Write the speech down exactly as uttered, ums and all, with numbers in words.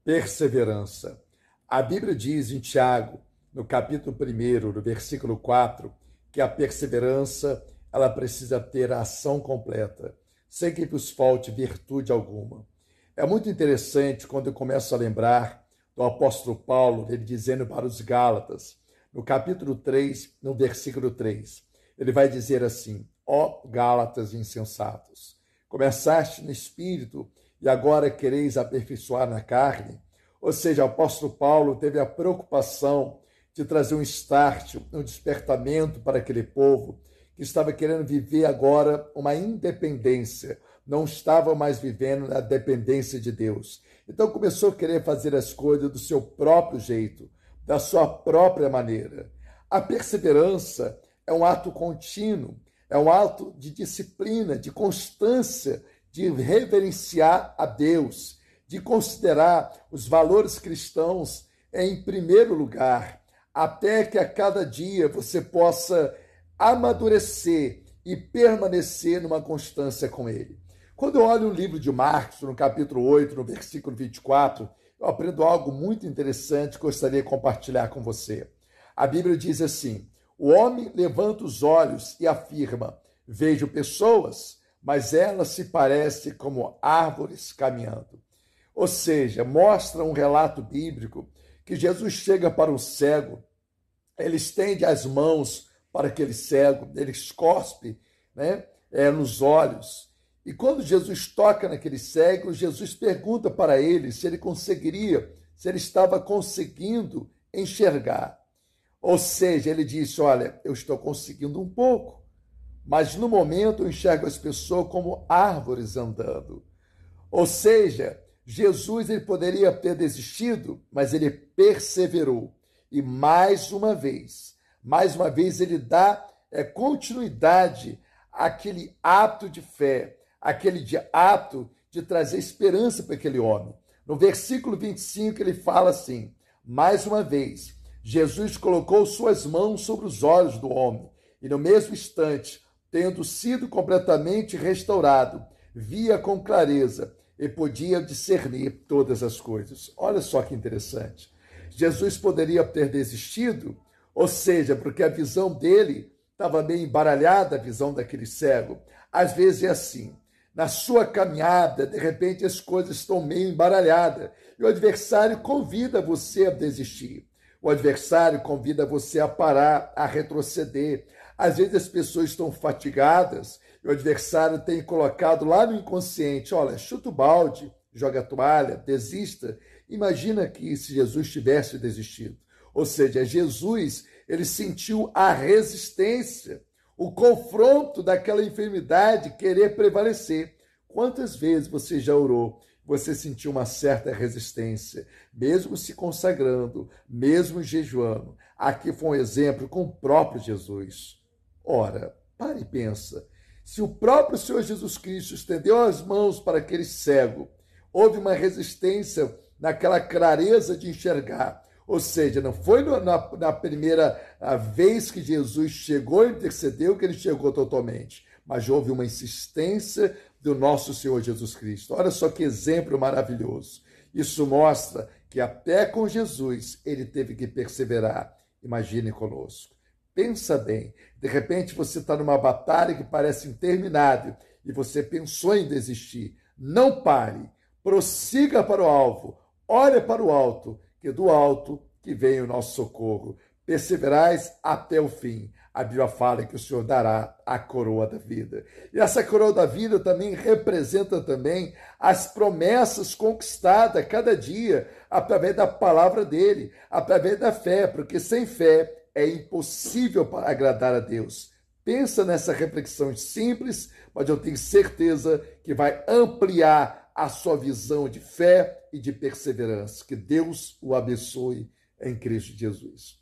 Perseverança. A Bíblia diz em Tiago, no capítulo primeiro, no versículo quatro, que a perseverança ela precisa ter a ação completa, sem que vos falte virtude alguma. É muito interessante quando eu começo a lembrar do apóstolo Paulo, ele dizendo para os Gálatas, no capítulo três, no versículo três, ele vai dizer assim: ó Gálatas insensatos, começaste no espírito e agora quereis aperfeiçoar na carne. Ou seja, o apóstolo Paulo teve a preocupação de trazer um start, um despertamento para aquele povo que estava querendo viver agora uma independência, não estava mais vivendo na dependência de Deus. Então começou a querer fazer as coisas do seu próprio jeito, da sua própria maneira. A perseverança é um ato contínuo, é um ato de disciplina, de constância, de reverenciar a Deus, de considerar os valores cristãos em primeiro lugar, até que a cada dia você possa amadurecer e permanecer numa constância com ele. Quando eu olho o livro de Marcos, no capítulo oito, no versículo vinte e quatro, eu aprendo algo muito interessante que gostaria de compartilhar com você. A Bíblia diz assim: o homem levanta os olhos e afirma: vejo pessoas, mas elas se parecem como árvores caminhando. Ou seja, mostra um relato bíblico que Jesus chega para um cego, ele estende as mãos para aquele cego, ele cospe, né, é, nos olhos. E quando Jesus toca naquele cego, Jesus pergunta para ele se ele conseguiria, se ele estava conseguindo enxergar. Ou seja, ele disse: olha, eu estou conseguindo um pouco, mas no momento eu enxergo as pessoas como árvores andando. Ou seja, Jesus ele poderia ter desistido, mas ele perseverou. E mais uma vez, mais uma vez ele dá é, continuidade àquele ato de fé, aquele de ato de trazer esperança para aquele homem. No versículo vinte e cinco ele fala assim: mais uma vez, Jesus colocou suas mãos sobre os olhos do homem, e no mesmo instante, tendo sido completamente restaurado, via com clareza e podia discernir todas as coisas. Olha só que interessante. Jesus poderia ter desistido, ou seja, porque a visão dele estava meio embaralhada, a visão daquele cego. Às vezes é assim. Na sua caminhada, de repente as coisas estão meio embaralhadas e o adversário convida você a desistir. O adversário convida você a parar, a retroceder. Às vezes as pessoas estão fatigadas e o adversário tem colocado lá no inconsciente: olha, chuta o balde, joga a toalha, desista. Imagina que se Jesus tivesse desistido. Ou seja, Jesus, ele sentiu a resistência, o confronto daquela enfermidade querer prevalecer. Quantas vezes você já orou, você sentiu uma certa resistência, mesmo se consagrando, mesmo jejuando? Aqui foi um exemplo com o próprio Jesus. Ora, pare e pensa. Se o próprio Senhor Jesus Cristo estendeu as mãos para aquele cego, houve uma resistência naquela clareza de enxergar. Ou seja, não foi na, na primeira vez que Jesus chegou e intercedeu que ele chegou totalmente, mas houve uma insistência do nosso Senhor Jesus Cristo. Olha só que exemplo maravilhoso. Isso mostra que até com Jesus ele teve que perseverar. Imagine conosco. Pensa bem, de repente você está numa batalha que parece interminável e você pensou em desistir. Não pare, prossiga para o alvo, olhe para o alto, que do alto que vem o nosso socorro. Perseverais até o fim. A Bíblia fala que o Senhor dará a coroa da vida. E essa coroa da vida também representa também as promessas conquistadas cada dia através da palavra dele, através da fé, porque sem fé é impossível agradar a Deus. Pensa nessa reflexão simples, mas eu tenho certeza que vai ampliar a sua visão de fé e de perseverança. Que Deus o abençoe em Cristo Jesus.